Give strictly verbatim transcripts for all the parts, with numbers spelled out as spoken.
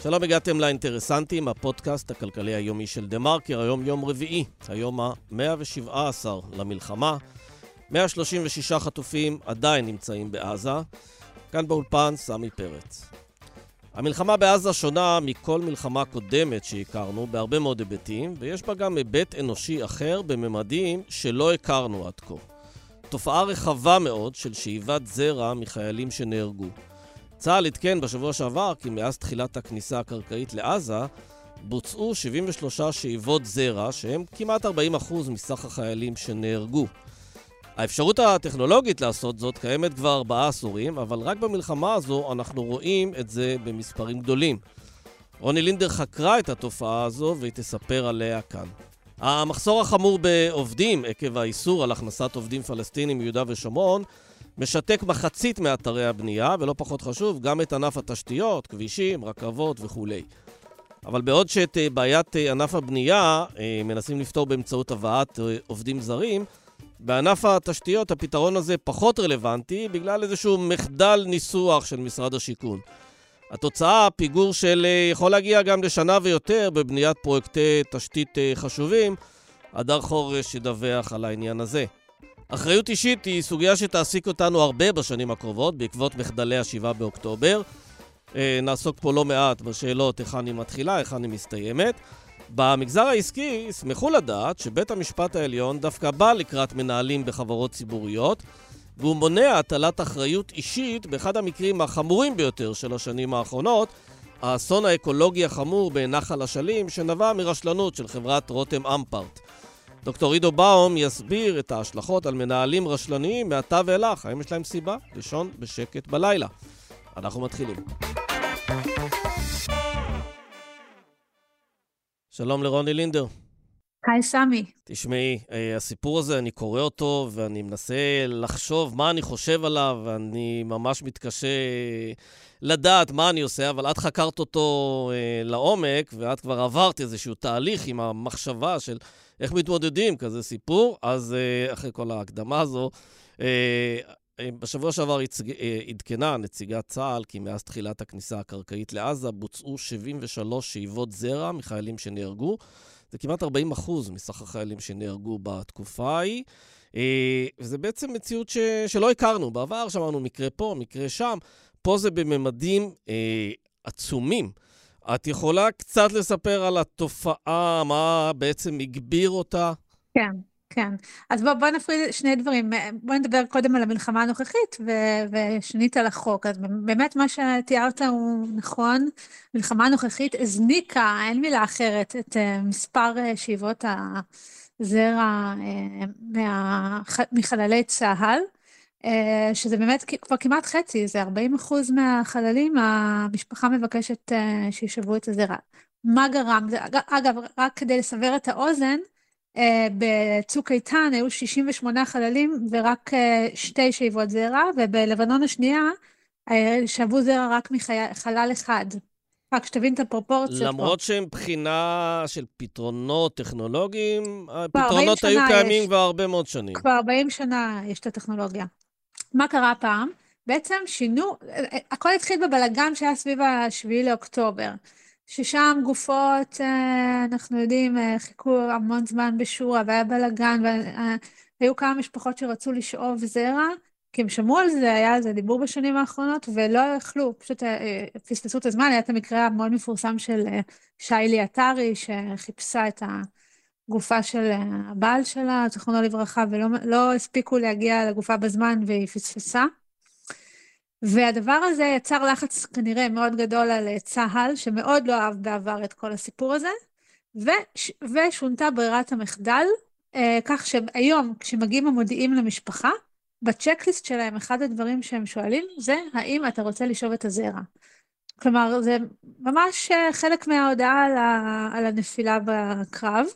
שלום, הגעתם לאינטרסנטים, הפודקאסט הכלכלי היומי של דה מרקר, היום יום רביעי, היום ה-מאה ושבע עשרה למלחמה. מאה שלושים ושישה חטופים עדיין נמצאים בעזה. כאן באולפן סמי פרץ. המלחמה בעזה שונה מכל מלחמה קודמת שהכרנו בהרבה מאוד היבטים, ויש בה גם היבט אנושי אחר בממדים שלא הכרנו עד כה. תופעה רחבה מאוד של שאיבת זרע מחיילים שנהרגו. צה"ל עדכן בשבוע שעבר כי מאז תחילת הכניסה הקרקעית לעזה בוצעו שבעים ושלוש שאיבות זרע, שהם כמעט ארבעים אחוז מסך החיילים שנהרגו. האפשרות הטכנולוגית לעשות זאת קיימת כבר ארבעה עשורים, אבל רק במלחמה הזו אנחנו רואים את זה במספרים גדולים. רוני לינדר חקרה את התופעה הזו והיא תספר עליה כאן. המחסור החמור בעובדים עקב האיסור על הכנסת עובדים פלסטינים מיהודה ושומרון משתק מחצית מאתרי הבנייה, ולא פחות חשוב, גם את ענף התשתיות, כבישים, רכבות וכו'. אבל בעוד שאת בעיית ענף הבנייה מנסים לפתור באמצעות הבאת עובדים זרים, בענף התשתיות הפתרון הזה פחות רלוונטי בגלל איזשהו מחדל ניסוח של משרד השיכון. התוצאה, פיגור של יכול להגיע גם לשנה ויותר בבניית פרויקטי תשתית חשובים. הדר חורש ידווח על העניין הזה. אחריות אישית היא סוגיה שתעסיק אותנו הרבה בשנים הקרובות בעקבות מחדלי השבעה באוקטובר. נעסוק פה לא מעט בשאלות היכן היא מתחילה, היכן היא מסתיימת. במגזר העסקי שמחו לדעת שבית המשפט העליון דווקא בא לקראת מנהלים בחברות ציבוריות, והוא מונע הטלת אחריות אישית באחד המקרים החמורים ביותר של השנים האחרונות, האסון האקולוגי החמור בנחל אשלים שנבע מרשלנות של חברת רותם אמפרט. דוקטור עידו באום יסביר את ההשלכות על מנהלים רשלניים מעתה ואילך. האם יש להם סיבה לישון בשקט בלילה? אנחנו מתחילים. שלום לרוני לינדר. היי סמי. תשמעי, הסיפור הזה, אני קורא אותו ואני מנסה לחשוב מה אני חושב עליו, ואני ממש מתקשה לדעת מה אני עושה, אבל את חקרת אותו לעומק, ואת כבר עברת איזשהו תהליך עם המחשבה של איך מתמודדים כזה סיפור. אז אחרי כל ההקדמה הזו, בשבוע שעבר עדכנה נציגת צה"ל כי מאז תחילת הכניסה הקרקעית לעזה בוצעו שבעים ושלוש שאיבות זרע מחיילים שנהרגו. זה כמעט ארבעים אחוז מסך החיילים שנהרגו בתקופה ההיא. וזה בעצם מציאות ש... שלא הכרנו. בעבר שמענו מקרה פה, מקרה שם. פה זה בממדים אה, עצומים. את יכולה קצת לספר על התופעה, מה בעצם הגביר אותה? כן. כן, אז בוא, בוא נפריד שני דברים. בוא נדבר קודם על המלחמה הנוכחית ו- ושנית על החוק. אז באמת מה שתיארת הוא נכון. מלחמה הנוכחית הזניקה, אין מילה אחרת, את מספר שאיבות הזרע מה- מחללי צה"ל, שזה באמת כבר כמעט חצי, זה ארבעים אחוז מהחללים, המשפחה מבקשת שישבו את הזרע. מה גרם? אגב, רק כדי לסבר את האוזן, בצוק איתן היו שישים ושמונה חללים ורק שתי שאיבות זרע, ובלבנון השנייה שבו זרע רק מחלל אחד. רק שתבין את הפרופורציות פה. למרות שהם בחינה של פתרונות טכנולוגיים, הפתרונות היו קיימים כבר הרבה מאוד שנים. כבר ארבעים שנה יש את הטכנולוגיה. מה קרה פעם? בעצם שינו, הכל התחיל בבלגן שהיה סביב השביעי לאוקטובר. ששם גופות, אנחנו יודעים, חיכו המון זמן בשורה, והיה בלגן, והיו כמה משפחות שרצו לשאוב זרע, כי הם שמעו על זה, היה על זה דיבור בשנים האחרונות, ולא יכלו, פשוט פספסו את הזמן. היה את המקרה המאוד מפורסם של שיילי עטרי, שחיפשה את הגופה של הבעל שלה, זכרונו לברכה, ולא לא הספיקו להגיע לגופה בזמן, והיא פספסה. והדבר הזה יצר לחץ כנראה מאוד גדול על צה"ל, שמאוד לא אהב בעבר את כל הסיפור הזה, וש, ושונתה ברירת המחדל, אה, כך שהיום כשמגיעים המודיעים למשפחה, בצ'קליסט שלהם אחד הדברים שהם שואלים זה, האם אתה רוצה לשאוב את הזרע? כלומר, זה ממש חלק מההודעה על, ה, על הנפילה בקרב,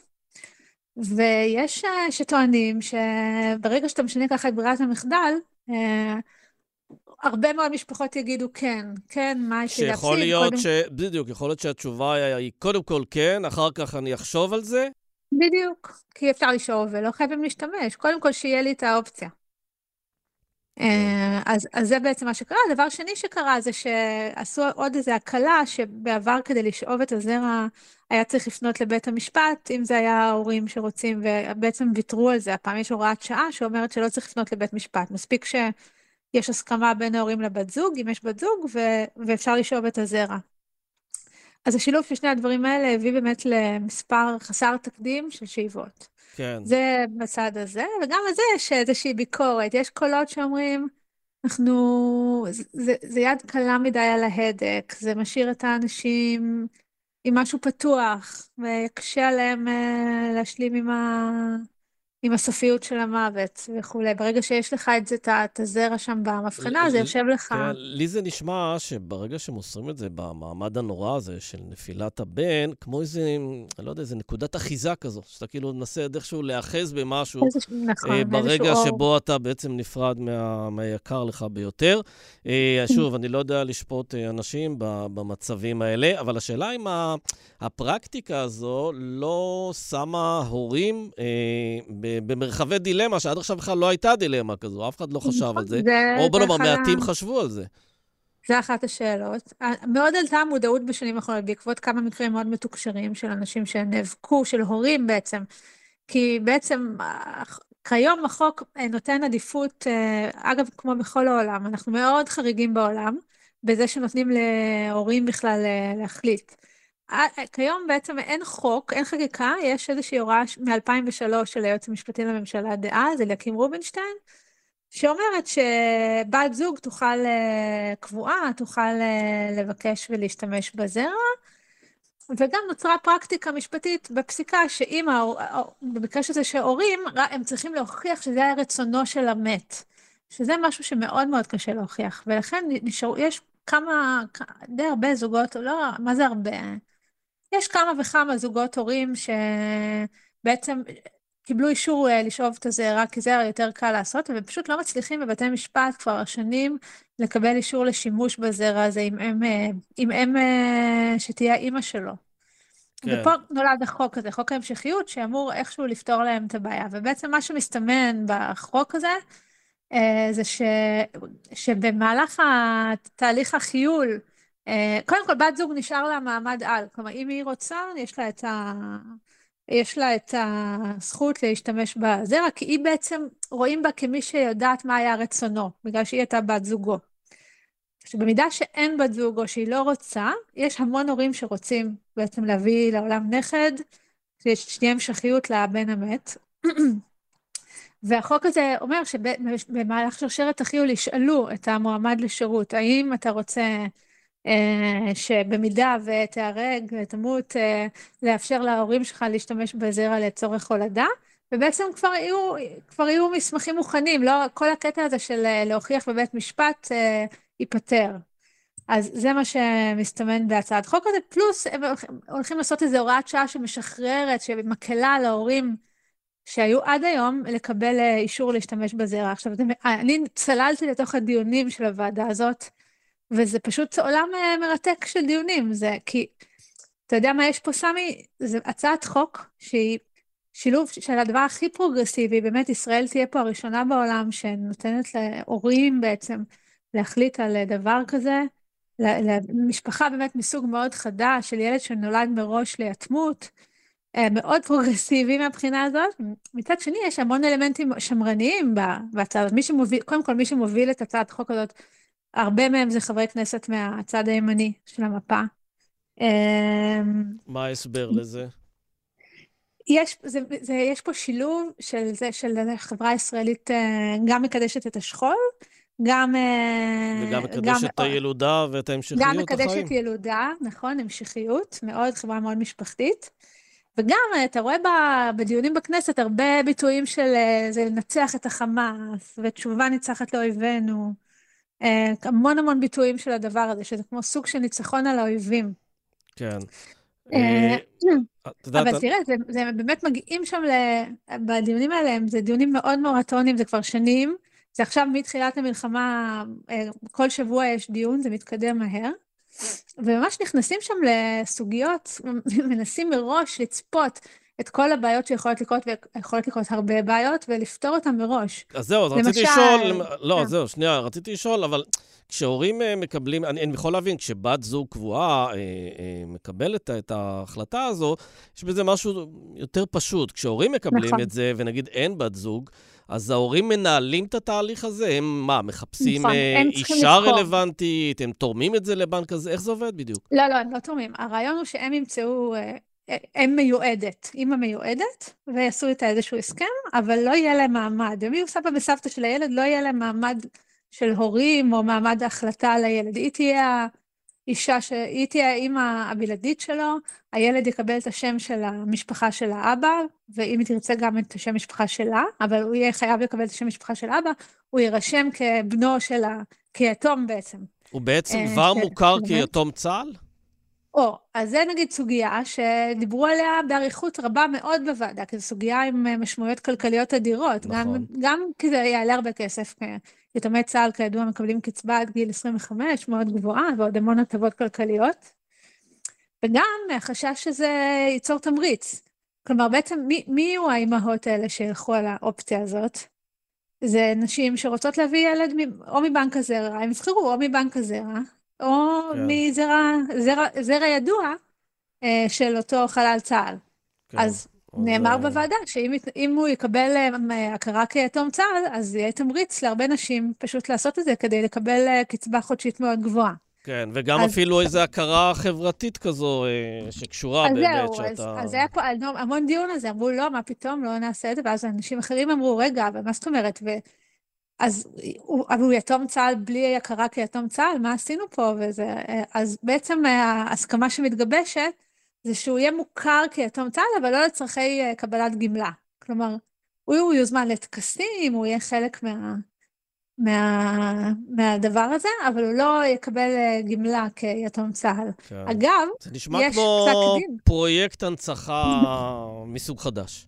ויש שטוענים שברגע שאתה משנה ככה את ברירת המחדל, אה, הרבה מאוד משפחות יגידו כן, כן, מה יש לי להפסיד? שיכול להיות ש... בדיוק, יכול להיות שהתשובה היא קודם כל כן, אחר כך אני אחשוב על זה? בדיוק, כי אפשר לשאוב ולא חייבים להשתמש. קודם כל שיהיה לי את האופציה. אז, אז זה בעצם מה שקרה. הדבר שני שקרה זה שעשו עוד איזו הקלה שבעבר כדי לשאוב את הזרע היה צריך לפנות לבית המשפט, אם זה היה ההורים שרוצים, ובעצם ויתרו על זה. הפעם יש הוראת שעה שאומרת שלא צריך לפנות לבית משפט. מספיק שיש הסכמה בין ההורים לבת זוג, אם יש בת זוג, ו- ואפשר לשאוב את הזרע. אז השילוב של שני הדברים האלה הביא באמת למספר חסר תקדים של שאיבות. כן. זה בצד הזה, וגם על זה יש איזושהי ביקורת. יש קולות שאומרים, אנחנו, זה, זה יד קלה מדי על ההדק, זה משאיר את האנשים עם משהו פתוח, ויקשה עליהם uh, להשלים עם, ה, עם הסופיות של המוות וכולי. ברגע שיש לך את זה, את הזרע שם במבחנה, זה יושב לך. כן, לי זה נשמע שברגע שמוסרים את זה במעמד הנורא הזה של נפילת הבן, כמו איזה, אני לא יודע, איזה נקודת אחיזה כזו, שאתה כאילו מנסה איכשהו להאחז במשהו, איזה, נכון, ברגע איזשהו שבו אתה בעצם נפרד מה, מהיקר לך ביותר. שוב, אני לא יודע לשפוט אנשים במצבים האלה, אבל השאלה אם הפרקטיקה הזו לא שמה הורים במרחבי דילמה, שעד עכשיו בכלל לא הייתה דילמה כזו, אף אחד לא חשב על זה, או בוא נאמר, מעטים חשבו על זה. זה אחת השאלות. מאוד עלתה המודעות בשנים האחרונות, בעקבות כמה מקרים מאוד מתוקשרים של אנשים שנאבקו, של הורים בעצם, כי בעצם כיום החוק נותן עדיפות, אגב, כמו בכל העולם, אנחנו מאוד חריגים בעולם, בזה שנותנים להורים בכלל להחליט. כיום בעצם אין חוק, אין חקיקה, יש איזושהי הוראה מ-אלפיים ושלוש של היועץ המשפטי לממשלה דאז, אליקים רובינשטיין, שאומרת שבת זוג תוכל קבועה, תוכל לבקש ולהשתמש בזרע, וגם נוצרה פרקטיקה משפטית בפסיקה, שאם, במקרה שזה שהורים, הם צריכים להוכיח שזה היה רצונו של המת, שזה משהו שמאוד מאוד קשה להוכיח, ולכן נשאר, יש כמה, די הרבה זוגות, לא, מה זה הרבה? יש כמה וכמה זוגות הורים שבעצם קיבלו אישור לשאוב את הזרע, כי זה יותר קל לעשות, ופשוט לא מצליחים בבתי משפט כבר שנים לקבל אישור לשימוש בזרע הזה, אם הם, אם הם שתהיה האמא שלו. כן. ופה נולד החוק הזה, חוק ההמשכיות, שאמור איכשהו לפתור להם את הבעיה. ובעצם מה שמסתמן בחוק הזה, זה ש, שבמהלך התהליך החיול, קודם כל בת זוג נשאר לה מעמד על, כלומר אם היא רוצה, יש לה את ה... יש לה את הזכות להשתמש בזרע, כי היא בעצם רואים בה כמי שיודעת מה היה רצונו, בגלל שהיא הייתה בת זוגו. שבמידה שאין בת זוג או שהיא לא רוצה, יש המון הורים שרוצים בעצם להביא לעולם נכד, שתהיה המשכיות לבן המת. והחוק הזה אומר שבמהלך שרשרת החיול ישאלו את המועמד לשירות, האם אתה רוצה שבמידה ותהרג ותמות, לאפשר להורים שלך להשתמש בזרע לצורך הולדה, ובעצם כבר יהיו, כבר יהיו מסמכים מוכנים, לא כל הקטע הזה של להוכיח בבית משפט ייפטר. אז זה מה שמסתמן בהצעת חוק הזה, פלוס הם הולכים לעשות איזו הוראת שעה שמשחררת, שמקלה להורים שהיו עד היום לקבל אישור להשתמש בזרע. עכשיו, אני צללתי לתוך הדיונים של הוועדה הזאת, וזה פשוט עולם מרתק של דיונים, זה כי, אתה יודע מה יש פה סמי? זה הצעת חוק שהיא שילוב של הדבר הכי פרוגרסיבי, באמת ישראל תהיה פה הראשונה בעולם שנותנת להורים בעצם להחליט על דבר כזה, למשפחה באמת מסוג מאוד חדש, של ילד שנולד מראש ליתמות, מאוד פרוגרסיבי מהבחינה הזאת. מצד שני יש המון אלמנטים שמרניים בהצעה הזאת, מי שמוביל, קודם כל מי שמוביל את הצעת החוק הזאת, הרבה מהם זה חברי כנסת מהצד הימני של המפה. מה ההסבר לזה? יש, זה, זה, יש פה שילוב של זה, של החברה הישראלית גם מקדשת את השכול, גם... וגם מקדשת את הילודה ואת ההמשכיות החיים. גם מקדשת ילודה, נכון, המשכיות, מאוד, חברה מאוד משפחתית. וגם אתה רואה בדיונים בכנסת הרבה ביטויים של זה לנצח את החמאס, ותשובה ניצחת לאויבינו. המון המון ביטויים של הדבר הזה, שזה כמו סוג של ניצחון על האויבים. כן. אבל תראה, זה באמת מגיעים שם, בדיונים האלה, זה דיונים מאוד מרתוניים, זה כבר שנים, זה עכשיו מתחילת המלחמה, כל שבוע יש דיון, זה מתקדם מהר, וממש נכנסים שם לסוגיות, מנסים מראש לצפות את כל הבעיות שיכולות לקרות, ויכולות לקרות הרבה בעיות, ולפתור אותן מראש. אז זהו, אז רציתי לשאול, לא, זהו, שנייה, רציתי לשאול, אבל כשהורים מקבלים, אני, אני יכול להבין, כשבת זוג קבועה אה, אה, מקבלת את ההחלטה הזו, יש בזה משהו יותר פשוט. כשהורים מקבלים נכון. את זה, ונגיד אין בת זוג, אז ההורים מנהלים את התהליך הזה? הם מה, מחפשים נכון, אה, הם צריכים אישה לבחור. רלוונטית? הם תורמים את זה לבנק הזה? איך זה עובד בדיוק? לא, לא, הם לא תורמים. הרעיון הוא שהם ימצאו, אה, הם מיועדת, אמא מיועדת, ויעשו איתה איזשהו הסכם, אבל לא יהיה להם מעמד. הם יהיו סבא וסבתא של הילד, לא יהיה להם מעמד של הורים, או מעמד ההחלטה על הילד. היא תהיה האישה, ש... היא תהיה האמא הבלעדית שלו, הילד יקבל את השם של המשפחה של האבא, ואם היא תרצה גם את השם המשפחה שלה, אבל הוא יהיה חייב לקבל את השם המשפחה של אבא, הוא יירשם כבנו של ה... כיתום בעצם. הוא בעצם אה, כבר ש- מוכר של- כיתום צה"ל? או, אז זה נגיד סוגיה שדיברו עליה באריכות רבה מאוד בוועדה, כי זו סוגיה עם אה, משמעויות כלכליות אדירות, גם, נכון. גם כי זה יעלה הרבה כסף, כי יתומי צה"ל כידוע מקבלים קצבה עד גיל עשרים וחמש, מאוד גבוהה, ועוד המון הטבות כלכליות, וגם החשש שזה ייצור תמריץ. כלומר, בעצם מי, מי יהיו האימהות האלה שילכו על האופציה הזאת? זה נשים שרוצות להביא ילד מ- או מבנק הזרע, הם יבחרו או מבנק הזרע, או כן. מזרע זרע, זרע ידוע אה, של אותו חלל צה"ל. כן. אז אז, נאמר אה, בוועדה שאם ית- אם הוא יקבל אה, הכרה כיתום צה"ל, אז יהיה תמריץ להרבה נשים פשוט לעשות את זה כדי לקבל אה, קצבה חודשית מאוד גבוהה. כן, וגם אז- אפילו איזו הכרה חברתית כזו אה, שקשורה אז באמת זהו, אז, שאתה... אז היה פה המון דיון על זה, אמרו לא, מה פתאום, לא נעשה את זה, ואז אנשים אחרים אמרו, רגע, אבל מה זאת אומרת? ו... אז הוא, אבל הוא יתום צה"ל בלי הכרה כיתום צה"ל, מה עשינו פה? וזה, אז בעצם ההסכמה שמתגבשת זה שהוא יהיה מוכר כיתום צה"ל, אבל לא לצרכי אה, קבלת גמלה. כלומר, הוא, הוא יוזמן לטקסים, הוא יהיה חלק מה, מה, מהדבר הזה, אבל הוא לא יקבל אה, גמלה כיתום צה"ל. כן. אגב, זה נשמע יש כמו פסק דין. פרויקט הנצחה מסוג חדש.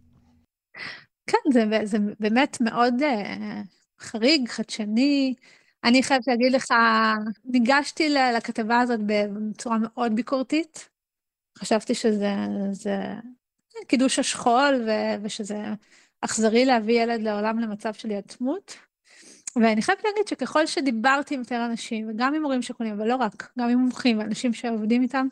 כן, זה, זה באמת מאוד אה, חריג, חדשני. אני חייבת להגיד לך, ניגשתי ל- לכתבה הזאת בצורה מאוד ביקורתית. חשבתי שזה זה קידוש השכול, ו- ושזה אכזרי להביא ילד לעולם למצב של יתמות. ואני חייבת להגיד שככל שדיברתי עם יותר אנשים, וגם עם הורים שכולים, אבל לא רק, גם עם מומחים ואנשים שעובדים איתם,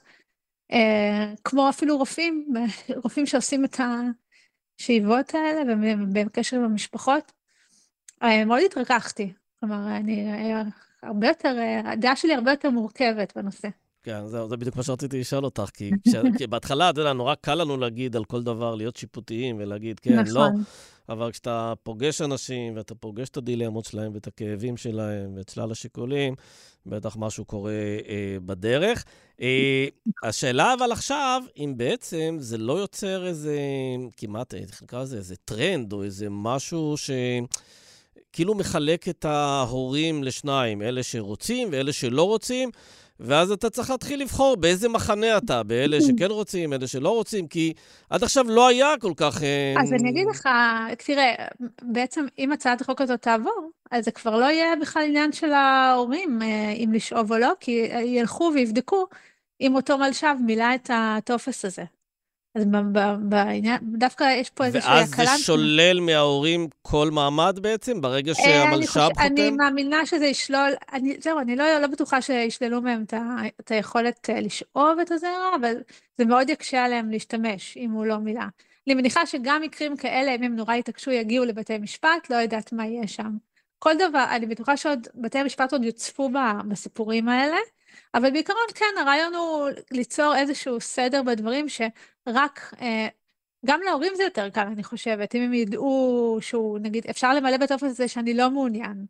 אה, כמו אפילו רופאים, רופאים שעושים את ה... שאיבות האלה, ובקשר עם המשפחות, מאוד התרככתי. כלומר, אני הרבה יותר, הדעה שלי הרבה יותר מורכבת בנושא. כן, זהו, זה בדיוק מה שרציתי לשאול אותך, כי, כש, כי בהתחלה, אתה יודע, נורא קל לנו להגיד על כל דבר, להיות שיפוטיים ולהגיד כן, נכון. לא, אבל כשאתה פוגש אנשים, ואתה פוגש את הדילמות שלהם, ואת הכאבים שלהם, ואת שלל השיקולים, בטח משהו קורה אה, בדרך. אה, השאלה אבל עכשיו, אם בעצם זה לא יוצר איזה, כמעט, איך נקרא לזה, איזה טרנד, או איזה משהו ש... כאילו מחלק את ההורים לשניים, אלה שרוצים ואלה שלא רוצים, ואז אתה צריך להתחיל לבחור באיזה מחנה אתה, באלה שכן רוצים, אלה שלא רוצים, כי עד עכשיו לא היה כל כך... אז אני אגיד לך, תראה, בעצם אם הצעת החוק הזאת תעבור, אז זה כבר לא יהיה בכלל עניין של ההורים, אם לשאוב או לא, כי ילכו ויבדקו אם אותו מלשב מילא את הטופס הזה. אז בעניין, דווקא יש פה איזושהי הקלה. ואז זה שולל מההורים כל מעמד בעצם, ברגע שהמלשב חותם? אני מאמינה שזה ישלול, אני, זהו, אני לא, לא בטוחה שישללו מהם את, ה, את היכולת לשאוב את הזרע, אבל זה מאוד יקשה עליהם להשתמש, אם הוא לא מילא. אני מניחה שגם מקרים כאלה, אם הם נורא יתעקשו, יגיעו לבתי משפט, לא יודעת מה יהיה שם. כל דבר, אני בטוחה שעוד בתי משפט עוד יוצפו בסיפורים האלה, אבל בעיקרון כן, הרעיון הוא ליצור איזשהו סדר בדברים שרק, אה, גם להורים זה יותר קל, אני חושבת, אם הם ידעו שהוא, נגיד, אפשר למלא בטופס הזה שאני לא מעוניין.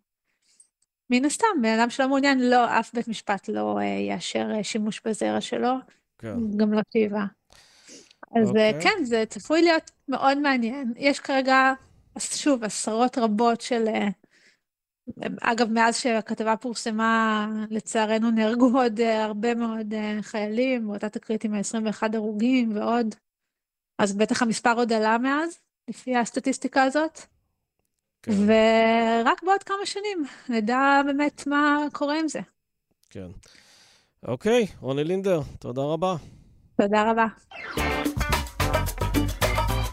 מן הסתם, בן אדם שלא מעוניין, לא, אף בית משפט לא אה, יאשר אה, שימוש בזרע שלו, כן. גם לא טבעה. אז אוקיי. אה, כן, זה צפוי להיות מאוד מעניין. יש כרגע, שוב, עשרות רבות של... אה, אגב, מאז שהכתבה פורסמה, לצערנו נהרגו עוד הרבה מאוד חיילים, באותה תקרית עם ה-עשרים ואחד הרוגים ועוד. אז בטח המספר עוד עלה מאז, לפי הסטטיסטיקה הזאת. כן. ורק בעוד כמה שנים נדע באמת מה קורה עם זה. כן. אוקיי, רוני לינדר, תודה רבה. תודה רבה.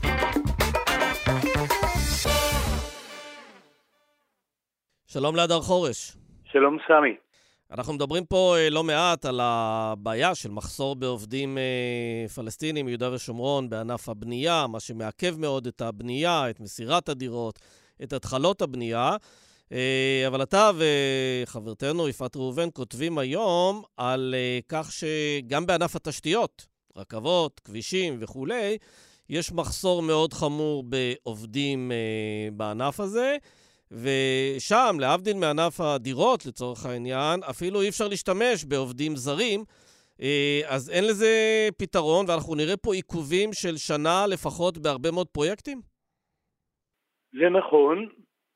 שלום להדר חורש. שלום סמי. אנחנו מדברים פה לא מעט על הבעיה של מחסור בעובדים פלסטינים מיהודה ושומרון בענף הבנייה, מה שמעכב מאוד את הבנייה, את מסירת הדירות, את התחלות הבנייה. אבל אתה וחברתנו יפעת ראובן כותבים היום על כך שגם בענף התשתיות, רכבות, כבישים וכולי, יש מחסור מאוד חמור בעובדים בענף הזה, ושם, להבדיל מענף הדירות לצורך העניין, אפילו אי אפשר להשתמש בעובדים זרים, אז אין לזה פתרון, ואנחנו נראה פה עיכובים של שנה לפחות בהרבה מאוד פרויקטים? זה נכון.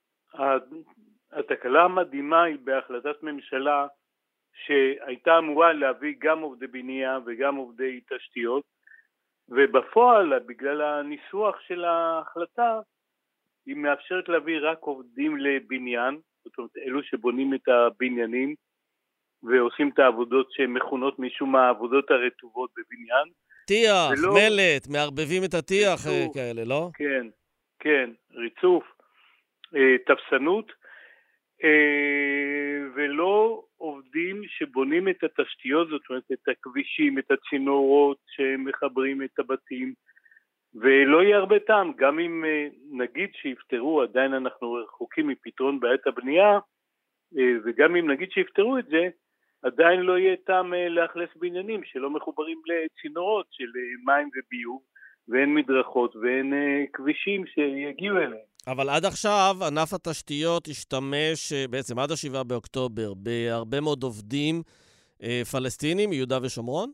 התקלה המדהימה היא בהחלטת ממשלה שהייתה אמורה להביא גם עובדי בנייה וגם עובדי תשתיות, ובפועל, בגלל הניסוח של ההחלטה, היא מאפשרת להביא רק עובדים לבניין, זאת אומרת, אלו שבונים את הבניינים ועושים את העבודות שהן מכונות משום העבודות הרטובות בבניין. טיח, ולא... מלט, מערבבים את הטיח ריצוף, כאלה, לא? כן, כן, ריצוף, תפסנות, ולא עובדים שבונים את התשתיות, זאת אומרת, את הכבישים, את הצינורות שמחברים את הבתים, ולא יהיה הרבה טעם, גם אם נגיד שיפתרו, עדיין אנחנו רחוקים מפתרון בעיית הבנייה, וגם אם נגיד שיפתרו את זה, עדיין לא יהיה טעם לאכלס בניינים שלא מחוברים לצינורות של מים וביוב, ואין מדרכות ואין כבישים שיגיעו אליהם. אבל עד עכשיו ענף התשתיות השתמש בעצם עד השבעה באוקטובר בהרבה מאוד עובדים פלסטינים מיהודה ושומרון?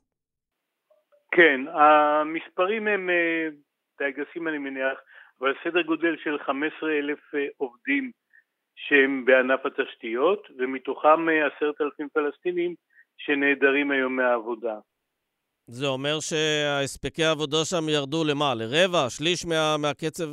כן, המספרים הם תאגסים אני מניח, אבל סדר גודל של חמישה עשר אלף עובדים שהם בענף התשתיות, ומתוכם עשרת אלפים פלסטינים שנעדרים היום מהעבודה. זה אומר שהספקי העבודה שם ירדו למה? לרבע? שליש מה, מהקצב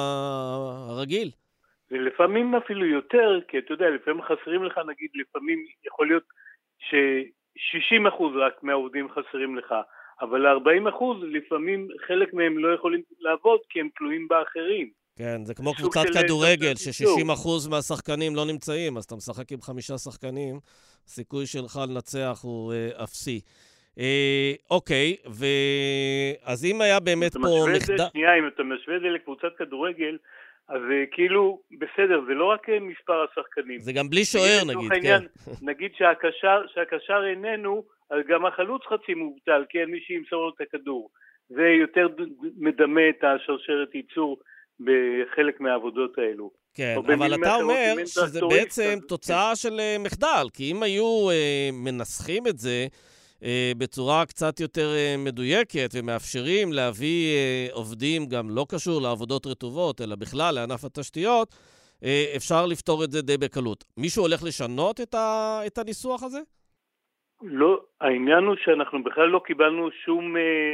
הרגיל? ולפעמים אפילו יותר, כי אתה יודע, לפעמים חסרים לך, נגיד, לפעמים יכול להיות ש-שישים אחוז רק מהעובדים חסרים לך, אבל ארבעים אחוז לפעמים חלק מהם לא יכולים לעבוד כי הם תלויים באחרים. כן, זה כמו קבוצת כדורגל, ש-שישים אחוז מהשחקנים לא נמצאים, אז אתה משחק עם חמישה שחקנים, הסיכוי שלך לנצח הוא אה, אפסי. אה, אוקיי, ו... אז אם היה באמת פה מחדל... שנייה, אם אתה משווה את זה לקבוצת כדורגל, אז כאילו, בסדר, זה לא רק מספר השחקנים. זה גם בלי שוער, נגיד, העניין, כן. נגיד שהקשר, שהקשר איננו, אז גם החלוץ חצי מובטל, כי אין מי שימסור לו את הכדור. זה יותר מדמה את השרשרת ייצור בחלק מהעבודות האלו. כן, אבל אתה אומר שזה בעצם תוצאה של מחדל, כי אם היו מנסחים את זה בצורה קצת יותר מדויקת ומאפשרים להביא עובדים גם לא קשור לעבודות רטובות, אלא בכלל לענף התשתיות, אפשר לפתור את זה די בקלות. מישהו הולך לשנות את, ה... את הניסוח הזה? לא, העניין הוא שאנחנו בכלל לא קיבלנו שום אה,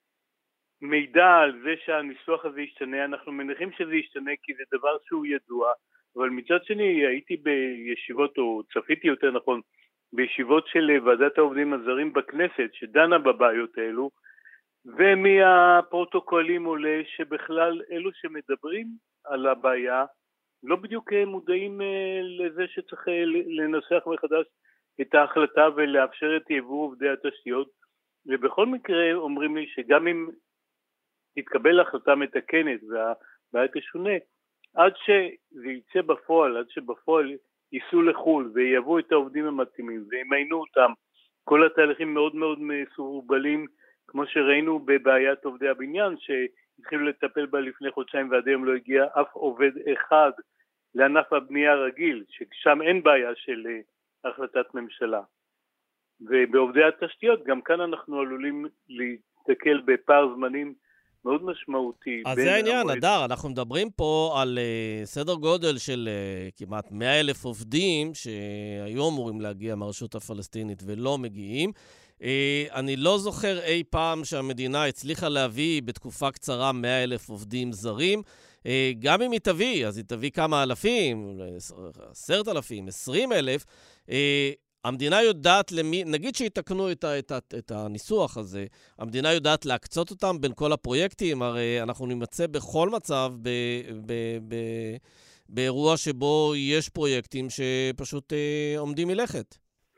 מידע על זה שהניסוח הזה ישתנה. אנחנו מניחים שזה ישתנה כי זה דבר שהוא ידוע, אבל מצד שני הייתי בישיבות, או צפיתי יותר נכון, בישיבות של ועדת העובדים הזרים בכנסת שדנה בבעיות האלו, ומהפרוטוקולים עולה שבכלל אלו שמדברים על הבעיה לא בדיוק מודעים לזה שצריך לנסח מחדש את ההחלטה ולאפשר את יבוא עובדי התשתיות, ובכל מקרה אומרים לי שגם אם תתקבל החלטה מתקנת והבעיה תשונה, עד שזה יצא בפועל, עד שבפועל ייסעו לחול ויבואו את העובדים המתאימים וימיינו אותם, כל התהליכים מאוד מאוד מסורבלים, כמו שראינו בבעיית עובדי הבניין שהתחילו לטפל בה לפני חודשיים ועד היום לא הגיע אף עובד אחד לענף הבנייה הרגיל, ששם אין בעיה של החלטת ממשלה. ובעובדי התשתיות גם כאן אנחנו עלולים להתקל בפער זמנים מאוד משמעותי. אז זה העניין, אדר, אנחנו מדברים פה על uh, סדר גודל של uh, כמעט מאה אלף עובדים שהיו אמורים להגיע מהרשות הפלסטינית ולא מגיעים. Uh, אני לא זוכר אי פעם שהמדינה הצליחה להביא בתקופה קצרה מאה אלף עובדים זרים. Uh, גם אם היא תביא, אז היא תביא כמה אלפים, עשרת אלפים, עשרים אלף, uh, המדינה יודעת למי, נגיד שיתקנו את, ה, את, ה, את הניסוח הזה, המדינה יודעת להקצות אותם בין כל הפרויקטים, הרי אנחנו נמצא בכל מצב ב, ב, ב, באירוע שבו יש פרויקטים שפשוט אה, עומדים מלכת.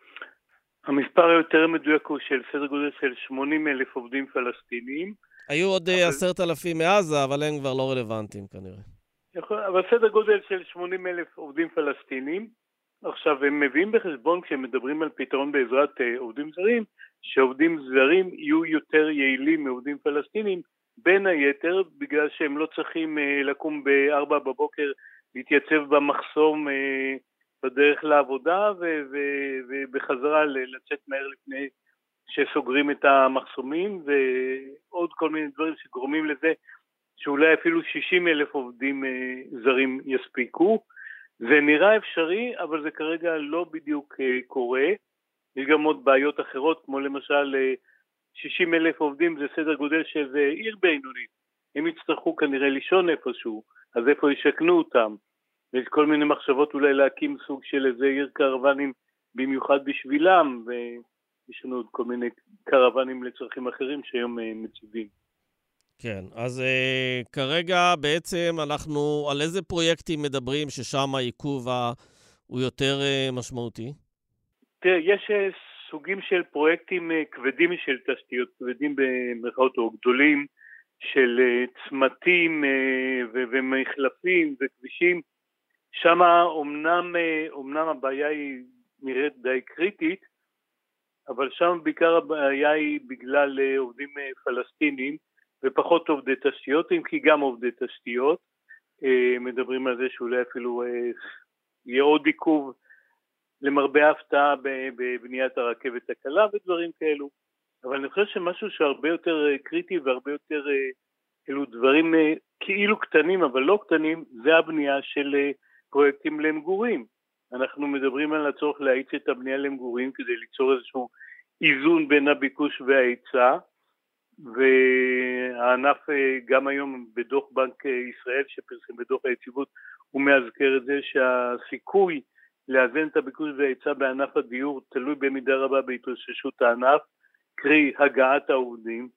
המספר היותר מדויק הוא של סדר גודל של שמונים אלף עובדים פלסטינים. היו עוד אבל... עשרת אלפים מעזה, אבל הם כבר לא רלוונטיים כנראה. יכול... אבל סדר גודל של שמונים אלף עובדים פלסטינים. עכשיו, הם מביאים בחשבון, כשהם מדברים על פתרון בעזרת אה, עובדים זרים, שעובדים זרים יהיו יותר יעילים מעובדים פלסטינים, בין היתר בגלל שהם לא צריכים אה, לקום בארבע בבוקר, להתייצב במחסום אה, בדרך לעבודה, ו- ו- ובחזרה לצאת מהר לפני שסוגרים את המחסומים, ועוד כל מיני דברים שגורמים לזה, שאולי אפילו שישים אלף עובדים אה, זרים יספיקו. זה נראה אפשרי, אבל זה כרגע לא בדיוק אה, קורה. יש גם עוד בעיות אחרות, כמו למשל אה, שישים אלף עובדים זה סדר גודל של עיר בינונית. הם יצטרכו כנראה לישון איפשהו, אז איפה ישכנו אותם? יש כל מיני מחשבות אולי להקים סוג של איזה עיר קרוונים במיוחד בשבילם, ויש לנו עוד כל מיני קרוונים לצרכים אחרים שהיום אה, מציבים. כן, אז uh, כרגע בעצם אנחנו על איזה פרויקטים מדברים ששם העיכוב הוא יותר uh, משמעותי? תראה, יש uh, סוגים של פרויקטים uh, כבדים של תשתיות, כבדים במרכאות או גדולים, של uh, צמתים uh, ו- ומחלפים וכבישים. שם אומנם, uh, אומנם הבעיה היא נראית די קריטית, אבל שם בעיקר הבעיה היא בגלל uh, עובדים uh, פלסטינים, ופחות עובדי תשתיות, אם כי גם עובדי תשתיות, אה, מדברים על זה שאולי אפילו אה, יהיה עוד עיכוב למרבה ההפתעה בבניית הרכבת הקלה ודברים כאלו, אבל אני חושב שמשהו שהרבה יותר אה, קריטי והרבה יותר אה, אלו דברים אה, כאילו קטנים אבל לא קטנים, זה הבנייה של אה, פרויקטים למגורים. אנחנו מדברים על הצורך להאיץ את הבנייה למגורים כדי ליצור איזשהו איזון בין הביקוש וההיצע, והענף גם היום בדוח בנק ישראל שפרסם בדוח היציבות הוא מאזכר את זה שהסיכוי לאזן את הביקוש וההיצע בענף הדיור תלוי במידה רבה בהתאוששות הענף, קרי הגעת העובדים,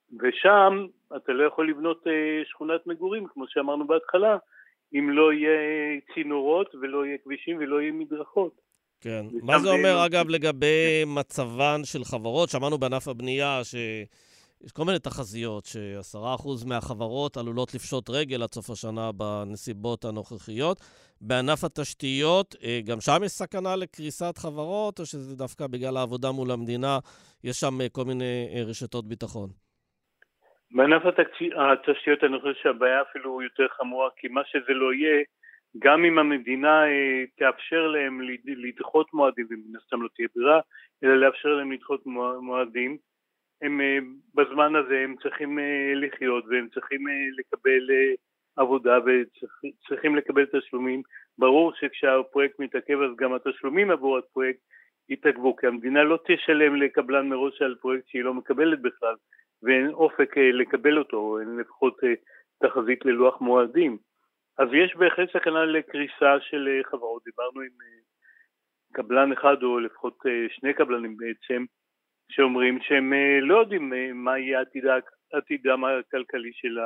ושם אתה לא יכול לבנות שכונת מגורים כמו שאמרנו בהתחלה אם לא יהיה צינורות ולא יהיה כבישים ולא יהיה מדרכות. כן, מה זה אומר אגב לגבי מצבן של חברות? שמענו בענף הבנייה ש... יש כל מיני תחזיות ש-עשרה אחוז מהחברות עלולות לפשוט רגל עד סוף השנה בנסיבות הנוכחיות. בענף התשתיות, גם שם יש סכנה לקריסת חברות, או שזה דווקא בגלל העבודה מול המדינה, יש שם כל מיני רשתות ביטחון? בענף התשתיות אני חושב שהבעיה אפילו יותר חמורה, כי מה שזה לא יהיה, גם אם המדינה תאפשר להם לדחות מועדים, ומן הסתם לא תהיה ברירה, אלא לאפשר להם לדחות מועדים, הם בזמן הזה הם צריכים לחיות והם צריכים לקבל עבודה וצריכים לקבל תשלומים. ברור שכשהפרויקט מתעכב אז גם התשלומים עבור הפרויקט יתעכבו, כי המדינה לא תשלם לקבלן מראש על פרויקט שהיא לא מקבלת בכלל ואין אופק לקבל אותו, אין לפחות תחזית ללוח מועדים. אז יש בהחלט סכנה לקריסה של חברות. דיברנו עם קבלן אחד או לפחות שני קבלנים בעצם, שאומרים שהם לא יודעים מה יהיה עתידם הכלכלי של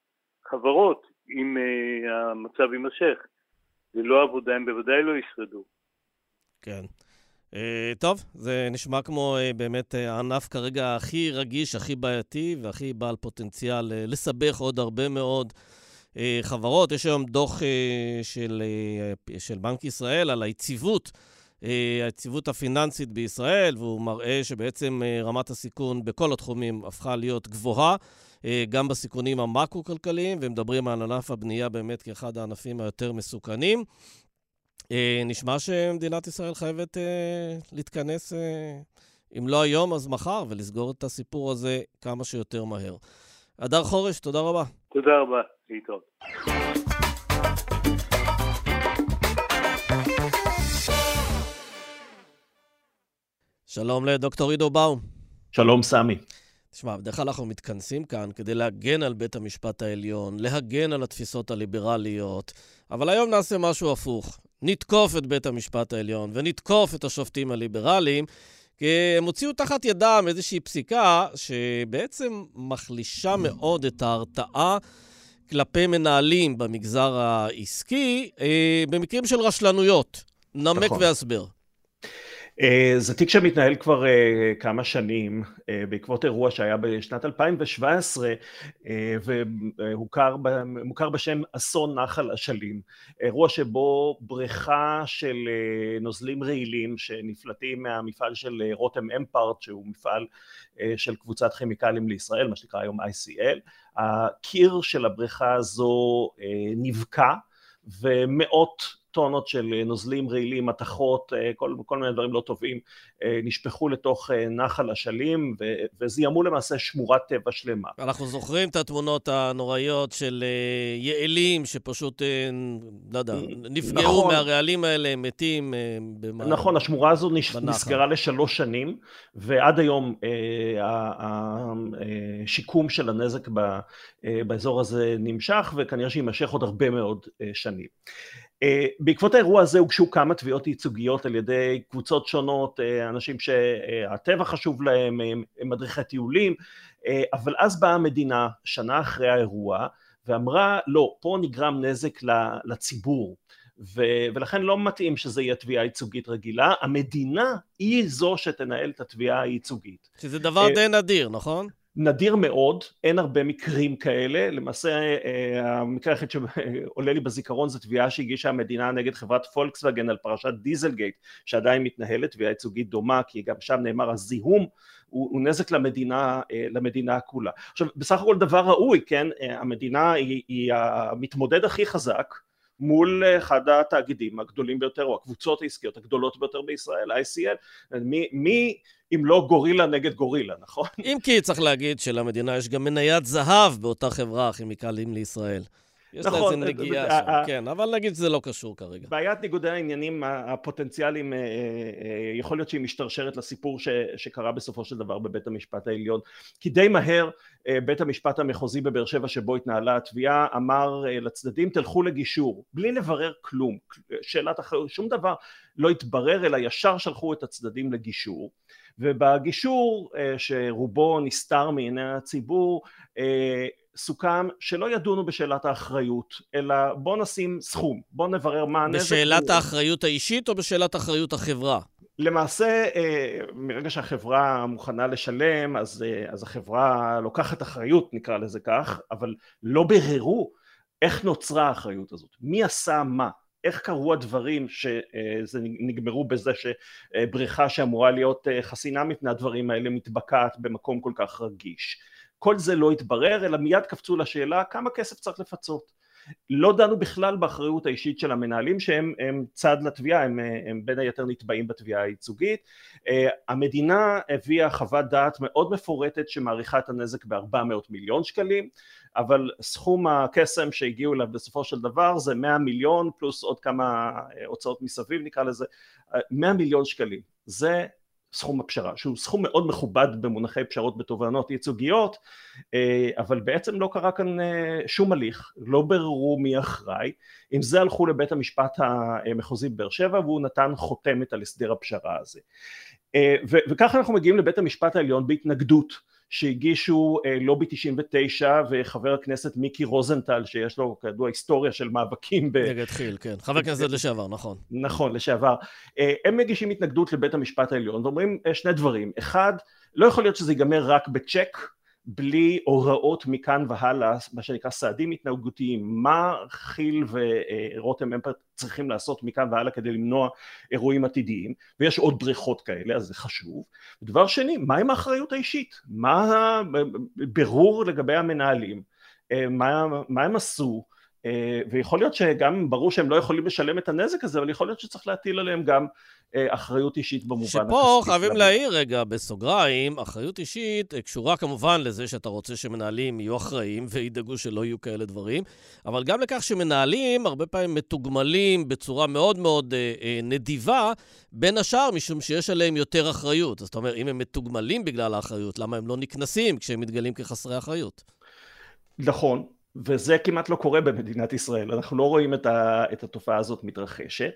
החברות אם המצב יימשך. זה לא עבודה, הם בוודאי לא ישרדו. כן. טוב, זה נשמע כמו באמת הענף כרגע הכי רגיש, הכי בעייתי והכי בעל פוטנציאל לסבך עוד הרבה מאוד חברות. יש היום דוח של, של בנק ישראל על היציבות, היציבות הפיננסית בישראל, והוא מראה שבעצם רמת הסיכון בכל התחומים הפכה להיות גבוהה, גם בסיכונים המקרו-כלכליים, ומדברים על ענף הבנייה באמת כאחד הענפים היותר מסוכנים. נשמע שמדינת ישראל חייבת להתכנס, אם לא היום אז מחר, ולסגור את הסיפור הזה כמה שיותר מהר. הדר חורש, תודה רבה. תודה רבה, להתראות. שלום לדוקטור עידו באום. שלום סמי. תשמע, בדרך כלל אנחנו מתכנסים כאן כדי להגן על בית המשפט העליון, להגן על התפיסות הליברליות, אבל היום נעשה משהו הפוך. נתקוף את בית המשפט העליון ונתקוף את השופטים הליברליים, כי הם הוציאו תחת ידם איזושהי פסיקה שבעצם מחלישה מאוד את ההרתעה כלפי מנהלים במגזר העסקי, במקרים של רשלנויות. נמק נכון. והסבר. זה תיק שמתנהל כבר כמה שנים בעקבות אירוע שהיה בשנת אלפיים שבע עשרה ומוכר בשם אסון נחל אשלים, אירוע שבו בריכה של נוזלים רעילים שנפלטים מהמפעל של רותם אמפרט, שהוא מפעל של קבוצת כימיקלים לישראל, מה שנקרא היום איי סי אל, הקיר של הבריכה הזו נבקע ומאות טונות של נוזלים רעילים, מתכות, כל, כל מיני דברים לא טובים, נשפכו לתוך נחל אשלים וזיהמו למעשה שמורת טבע שלמה. אנחנו זוכרים את התמונות הנוראיות של יעלים שפשוט, לא יודע, נפגעו נכון. מהרעלים האלה, מתים. במה... נכון, השמורה הזו נש... נסגרה לשלוש שנים, ועד היום השיקום של הנזק באזור הזה נמשך, וכנראה שימשך עוד הרבה מאוד שנים. בעקבות האירוע הזה הוגשו כמה תביעות ייצוגיות על ידי קבוצות שונות, אנשים שהטבע חשוב להם, מדריכי טיולים, אבל אז באה המדינה שנה אחרי האירוע ואמרה לא, פה נגרם נזק לציבור, ולכן לא מתאים שזה יהיה תביעה ייצוגית רגילה, המדינה היא זו שתנהל את התביעה הייצוגית. שזה דבר די נדיר, נכון? נדיר מאוד, אין הרבה מקרים כאלה, למעשה המקרה היחיד שעולה לי בזיכרון זה תביעה שהגישה המדינה נגד חברת פולקסווגן על פרשת דיזלגייט, שעדיין מתנהלת, תביעה ייצוגית דומה, כי גם שם נאמר הזיהום הוא, הוא נזק למדינה, למדינה כולה. עכשיו בסך הכל דבר ראוי, כן, המדינה היא, היא המתמודד הכי חזק, מול אחד התאגידים הגדולים ביותר, או הקבוצות העסקיות הגדולות ביותר בישראל, איי סי אל, מי, מי אם לא גורילה נגד גורילה, נכון? אם כי צריך להגיד שלמדינה יש גם מניית זהב באותה חברה, כימיקלים לישראל. יש לה איזה נגיעה שם, כן, אבל נגיד שזה לא קשור כרגע. בעיית ניגודי העניינים הפוטנציאליים, יכול להיות שהיא משתרשרת לסיפור שקרה בסופו של דבר בבית המשפט העליון, כי די מהר בית המשפט המחוזי בבאר שבע שבו התנהלה התביעה, אמר לצדדים תלכו לגישור, בלי לברר כלום, שאלת אחרת, שום דבר לא התברר, אלא ישר שלחו את הצדדים לגישור, ובגישור שרובו נסתר מעיני הציבור, סוכם שלא ידונו בשאלת האחריות, אלא בוא נשים סכום, בוא נברר מה הנזק. בשאלת האחריות האישית או בשאלת האחריות החברה? למעשה, מרגע שהחברה מוכנה לשלם, אז, אז החברה לוקחת אחריות, נקרא לזה כך, אבל לא בררו איך נוצרה האחריות הזאת, מי עשה מה, איך קרו הדברים שזה נגמרו בזה שבריכה שאמורה להיות חסינה מפני הדברים האלה מתבקעת במקום כל כך רגיש. כל זה לא התברר, אלא מיד קפצו לשאלה כמה כסף צריך לפצות. לא דנו בכלל באחריות האישית של המנהלים שהם הם צד לתביעה, הם, הם בין היתר נתבעים בתביעה הייצוגית. המדינה הביאה חוות דעת מאוד מפורטת שמעריכה את הנזק ב-ארבע מאות מיליון שקלים, אבל סכום הקסם שהגיעו אליו בסופו של דבר זה מאה מיליון פלוס עוד כמה הוצאות מסביב נקרא לזה, מאה מיליון שקלים. זה סכום הפשרה, שהוא סכום מאוד מכובד במונחי פשרות בתובענות ייצוגיות, אבל בעצם לא קרה כאן שום הליך, לא בררו מי אחראי, עם זה הלכו לבית המשפט המחוזי בבאר שבע, והוא נתן חותמת על הסדר הפשרה הזה. וככה אנחנו מגיעים לבית המשפט העליון בהתנגדות, שהגישו לובי תשעים ותשע וחבר הכנסת מיקי רוזנטל, שיש לו כידוע היסטוריה של מאבקים. נגד חיל, כן. חבר הכנסת לשעבר, נכון. נכון, לשעבר. הם מגישים התנגדות לבית המשפט העליון, ואומרים שני דברים. אחד, לא יכול להיות שזה ייגמר רק בצ'ק, בלי הוראות מכאן והלאה, מה שנקרא סעדים התנהגותיים, מה חיל ורותם אמפרט צריכים לעשות מכאן והלאה כדי למנוע אירועים עתידיים, ויש עוד בריכות כאלה, אז זה חשוב. ודבר שני, מה עם האחריות האישית? מה הבירור לגבי המנהלים? מה, מה הם עשו? ויכול להיות שגם ברור שהם לא יכולים לשלם את הנזק הזה, אבל יכול להיות שצריך להטיל עליהם גם אחריות אישית במובן הכספי. שפה חייבים להעיר רגע בסוגריים, אחריות אישית קשורה כמובן לזה שאתה רוצה שמנהלים יהיו אחראים וידאגו שלא יהיו כאלה דברים, אבל גם לכך שמנהלים הרבה פעמים מתוגמלים בצורה מאוד מאוד אה, נדיבה, בין השאר משום שיש עליהם יותר אחריות. זאת אומרת, אם הם מתוגמלים בגלל האחריות, למה הם לא נקנסים כשהם מתגלים כחסרי אחריות? נכון. וזה כמעט לא קורה במדינת ישראל, אנחנו לא רואים את, ה, את התופעה הזאת מתרחשת.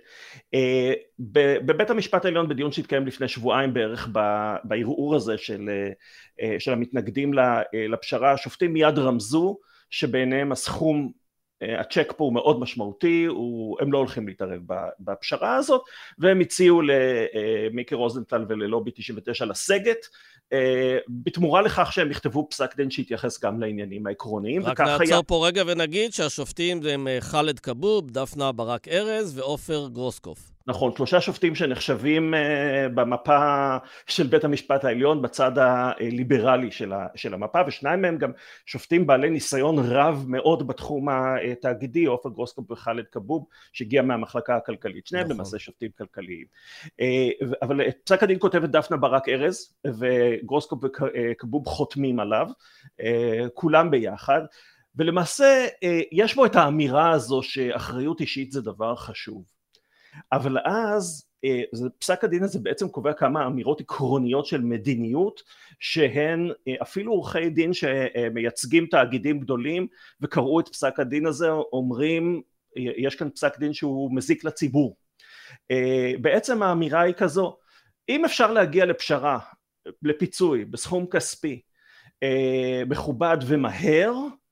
בבית המשפט העליון בדיון שהתקיים לפני שבועיים בערך בערעור הזה של, של המתנגדים לפשרה, השופטים מיד רמזו שבעיניהם הסכום, הצ'ק פה הוא מאוד משמעותי, הוא, הם לא הולכים להתערב בפשרה הזאת, והם הציעו למיקי רוזנטל וללובי תשעים ותשע לסגת, בתמורה לכך שהם יכתבו פסק דין שהתייחס גם לעניינים העקרוניים. רק נעצור היה... פה רגע ונגיד שהשופטים הם חאלד כבוב, דפנה ברק ארז ועופר גרוסקוף. נכון, שלושה שופטים שנחשבים במפה של בית המשפט העליון בצד הליברלי של המפה, ושניים מהם גם שופטים בעלי ניסיון רב מאוד בתחום התאגידי, עופר גרוסקופ וחאלד כבוב, שהגיע מהמחלקה הכלכלית, שניהם למעשה שופטים כלכליים. אבל את פסק הדין כותבת דפנה ברק ארז, וגרוסקופ וכבוב חותמים עליו, כולם ביחד, ולמעשה יש בו את האמירה הזו שאחריות אישית זה דבר חשוב. אבל אז פסק הדין הזה בעצם קובע כמה אמירות עקרוניות של מדיניות, שהן אפילו עורכי דין שמייצגים תאגידים גדולים וקראו את פסק הדין הזה אומרים יש כאן פסק דין שהוא מזיק לציבור. בעצם האמירה היא כזו, אם אפשר להגיע לפשרה, לפיצוי בסכום כספי מכובד ומהר,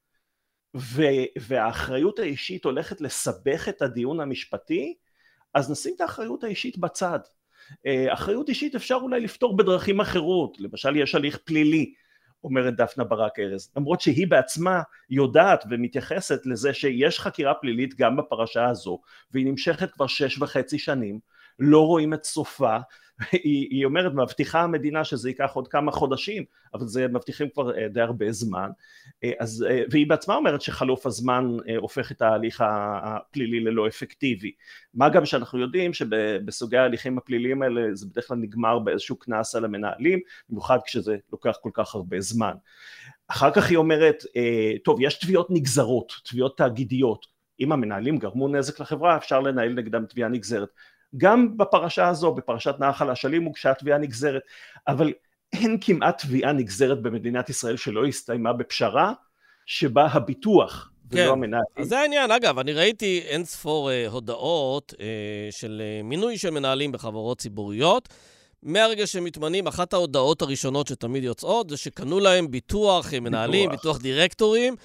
והאחריות האישית הולכת לסבך את הדיון המשפטי, אז נשים את האחריות האישית בצד. אחריות אישית אפשר אולי לפתור בדרכים אחרות, למשל יש הליך פלילי, אומרת דפנה ברק ארז, למרות שהיא בעצמה יודעת ומתייחסת לזה שיש חקירה פלילית גם בפרשה הזו, והיא נמשכת כבר שש וחצי שנים, לא רואים את סופה, היא, היא אומרת, מבטיחה המדינה שזה ייקח עוד כמה חודשים, אבל זה מבטיחים כבר די הרבה זמן, אז, והיא בעצמה אומרת שחלוף הזמן הופך את ההליך הפלילי ללא אפקטיבי, מה גם שאנחנו יודעים שבסוגי ההליכים הפליליים האלה זה בדרך כלל נגמר באיזשהו כנס על המנהלים, במיוחד כשזה לוקח כל כך הרבה זמן. אחר כך היא אומרת, טוב, יש תביעות נגזרות, תביעות תאגידיות, אם המנהלים גרמו נזק לחברה אפשר לנהל נגדם תביעה נגזרת, גם בפרשה הזו, בפרשת נחל אשלים הוגשה תביעה נגזרת, אבל אין כמעט תביעה נגזרת במדינת ישראל שלא הסתיימה בפשרה, שבה הביטוח ולא כן. המנהלים. אז זה העניין, אגב, אני ראיתי אין ספור אה, הודעות אה, של אה, מינוי של מנהלים בחברות ציבוריות, מהרגע שמתמנים, אחת ההודעות הראשונות שתמיד יוצאות, זה שקנו להם ביטוח מנהלים, ביטוח, ביטוח דירקטורים,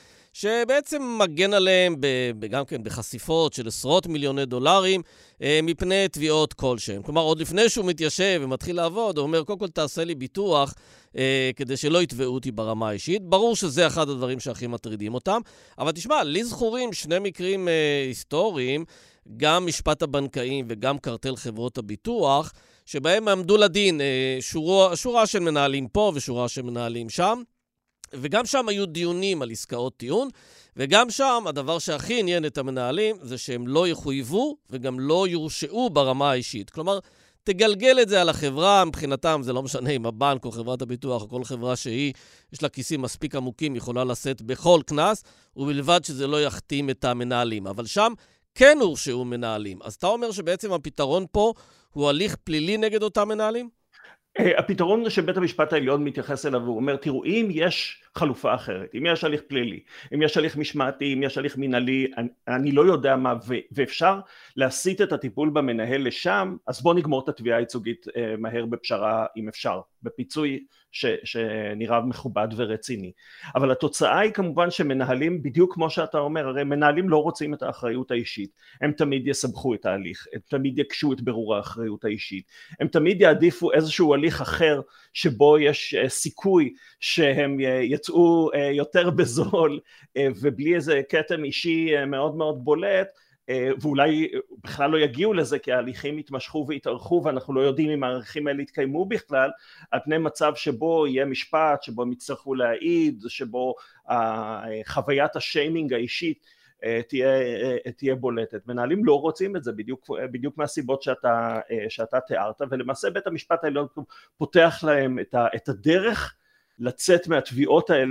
שבעצם מגן עליהם גם כן בחשיפות של עשרות מיליוני דולרים מפני תביעות כלשהם. כלומר, עוד לפני שהוא מתיישב ומתחיל לעבוד, הוא אומר, קודם כל תעשה לי ביטוח כדי שלא יתבעו אותי ברמה האישית. ברור שזה אחד הדברים שהכי מטרידים אותם. אבל תשמע, לי זכורים שני מקרים היסטוריים, גם משפט הבנקאים וגם קרטל חברות הביטוח, שבהם עמדו לדין שורה, שורה של מנהלים פה ושורה של מנהלים שם. וגם שם היו דיונים על עסקאות טיעון, וגם שם הדבר שהכי עניין את המנהלים זה שהם לא יחויבו וגם לא יורשעו ברמה האישית. כלומר, תגלגל את זה על החברה, מבחינתם זה לא משנה אם הבנק או חברת הביטוח או כל חברה שהיא, יש לה כיסים מספיק עמוקים, יכולה לשאת בכל כנס, ובלבד שזה לא יחתים את המנהלים. אבל שם כן הורשעו מנהלים. אז אתה אומר שבעצם הפתרון פה הוא הליך פלילי נגד אותם מנהלים? הפתרון שבית המשפט העליון מתייחס אליו, הוא אומר, תראו, אם יש חלופה אחרת, אם יש הליך פלילי, אם יש הליך משמעתי, אם יש הליך מינהלי, אני, אני לא יודע מה, ו, ואפשר להסיט את הטיפול במנהל לשם, אז בוא נגמור את התביעה הייצוגית אה, מהר בפשרה, אם אפשר, בפיצוי ש, שנראה מכובד ורציני. אבל התוצאה היא כמובן שמנהלים, בדיוק כמו שאתה אומר, הרי מנהלים לא רוצים את האחריות האישית, הם תמיד יסבכו את ההליך, הם תמיד יקשו את ברור האחריות האישית, הם תמיד יעדיפו איזשהו הליך אחר, שבו יש uh, סיכוי שהם uh, יצאו uh, יותר בזול, uh, ובלי איזה קטם אישי uh, מאוד מאוד בולט, ואולי בכלל לא יגיעו לזה כי ההליכים יתמשכו והתארכו ואנחנו לא יודעים אם ההליכים האלה יתקיימו בכלל, על פני מצב שבו יהיה משפט, שבו הם יצטרכו להעיד, שבו חוויית השיימינג האישית תהיה, תהיה בולטת. מנהלים לא רוצים את זה בדיוק, בדיוק מהסיבות שאתה, שאתה תיארת, ולמעשה בית המשפט העליון פותח להם את הדרך לצאת מהתביעות האלה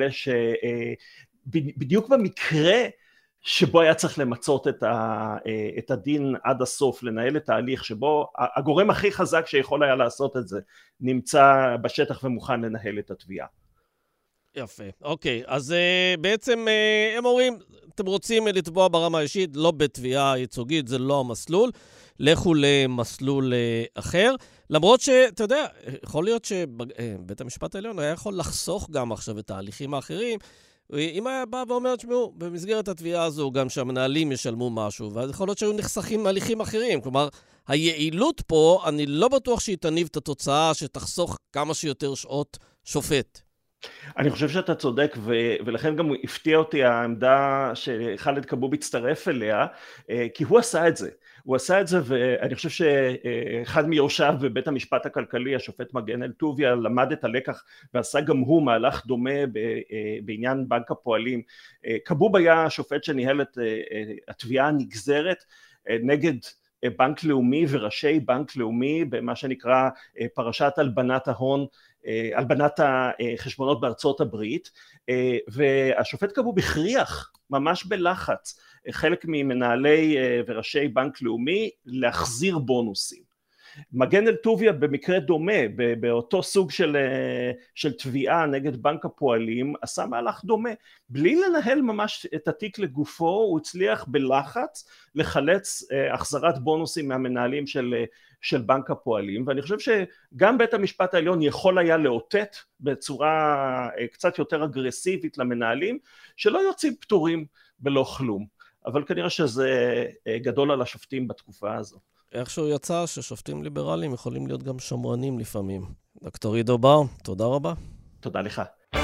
שבדיוק במקרה שבו היה צריך למצות את, ה, את הדין עד הסוף, לנהל את ההליך שבו הגורם הכי חזק שיכול היה לעשות את זה, נמצא בשטח ומוכן לנהל את התביעה. יפה, אוקיי, אז uh, בעצם uh, הם אומרים, אתם רוצים לתבוע ברמה האישית, לא בתביעה ייצוגית, זה לא המסלול, לכו למסלול uh, אחר, למרות שאתה יודע, יכול להיות שבית המשפט העליון היה יכול לחסוך גם עכשיו את ההליכים האחרים, אם היה בא ואומר, תשמעו, במסגרת התביעה הזו, גם שהמנהלים ישלמו משהו, ואז יכול להיות שהיו נחסכים מהליכים אחרים. כלומר, היעילות פה, אני לא בטוח שהיא תניב את התוצאה שתחסוך כמה שיותר שעות שופט. אני חושב שאתה צודק, ו- ולכן גם הפתיע אותי העמדה שחאלד כבוב הצטרף אליה, כי הוא עשה את זה. הוא עשה את זה, ואני חושב שאחד מיורשיו בבית המשפט הכלכלי, השופט מגן אל טוביה, למד את הלקח ועשה גם הוא מהלך דומה בעניין בנק הפועלים. כבוב היה שופט שניהל את התביעה הנגזרת נגד בנק לאומי וראשי בנק לאומי במה שנקרא פרשת הלבנת ההון, הלבנת החשבונות בארצות הברית, והשופט כבוב הכריח ממש בלחץ חלק ממנהלי וראשי בנק לאומי להחזיר בונוסים. מגן אל טוביה במקרה דומה, באותו סוג של, של תביעה נגד בנק הפועלים, עשה מהלך דומה. בלי לנהל ממש את התיק לגופו, הוא הצליח בלחץ לחלץ החזרת בונוסים מהמנהלים של, של בנק הפועלים, ואני חושב שגם בית המשפט העליון יכול היה לאותת בצורה קצת יותר אגרסיבית למנהלים, שלא יוצאים פטורים בלא כלום. אבל כנראה שזה גדול על השופטים בתקופה הזו. איכשהו יצא ששופטים ליברליים יכולים להיות גם שמרנים לפעמים. דוקטור עידו בר, תודה רבה. תודה לך.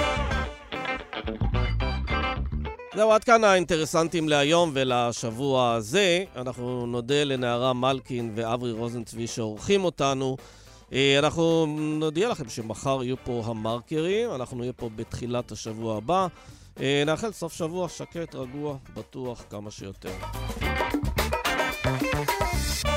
זהו, עד כאן האינטרסנטים להיום ולשבוע הזה. אנחנו נודה לנערה מלכין ואברי רוזנצבי שעורכים אותנו. אנחנו נודיע לכם שמחר יהיו פה המרקרים, אנחנו נהיה פה בתחילת השבוע הבא. נאחל סוף שבוע שקט, רגוע, בטוח כמה שיותר.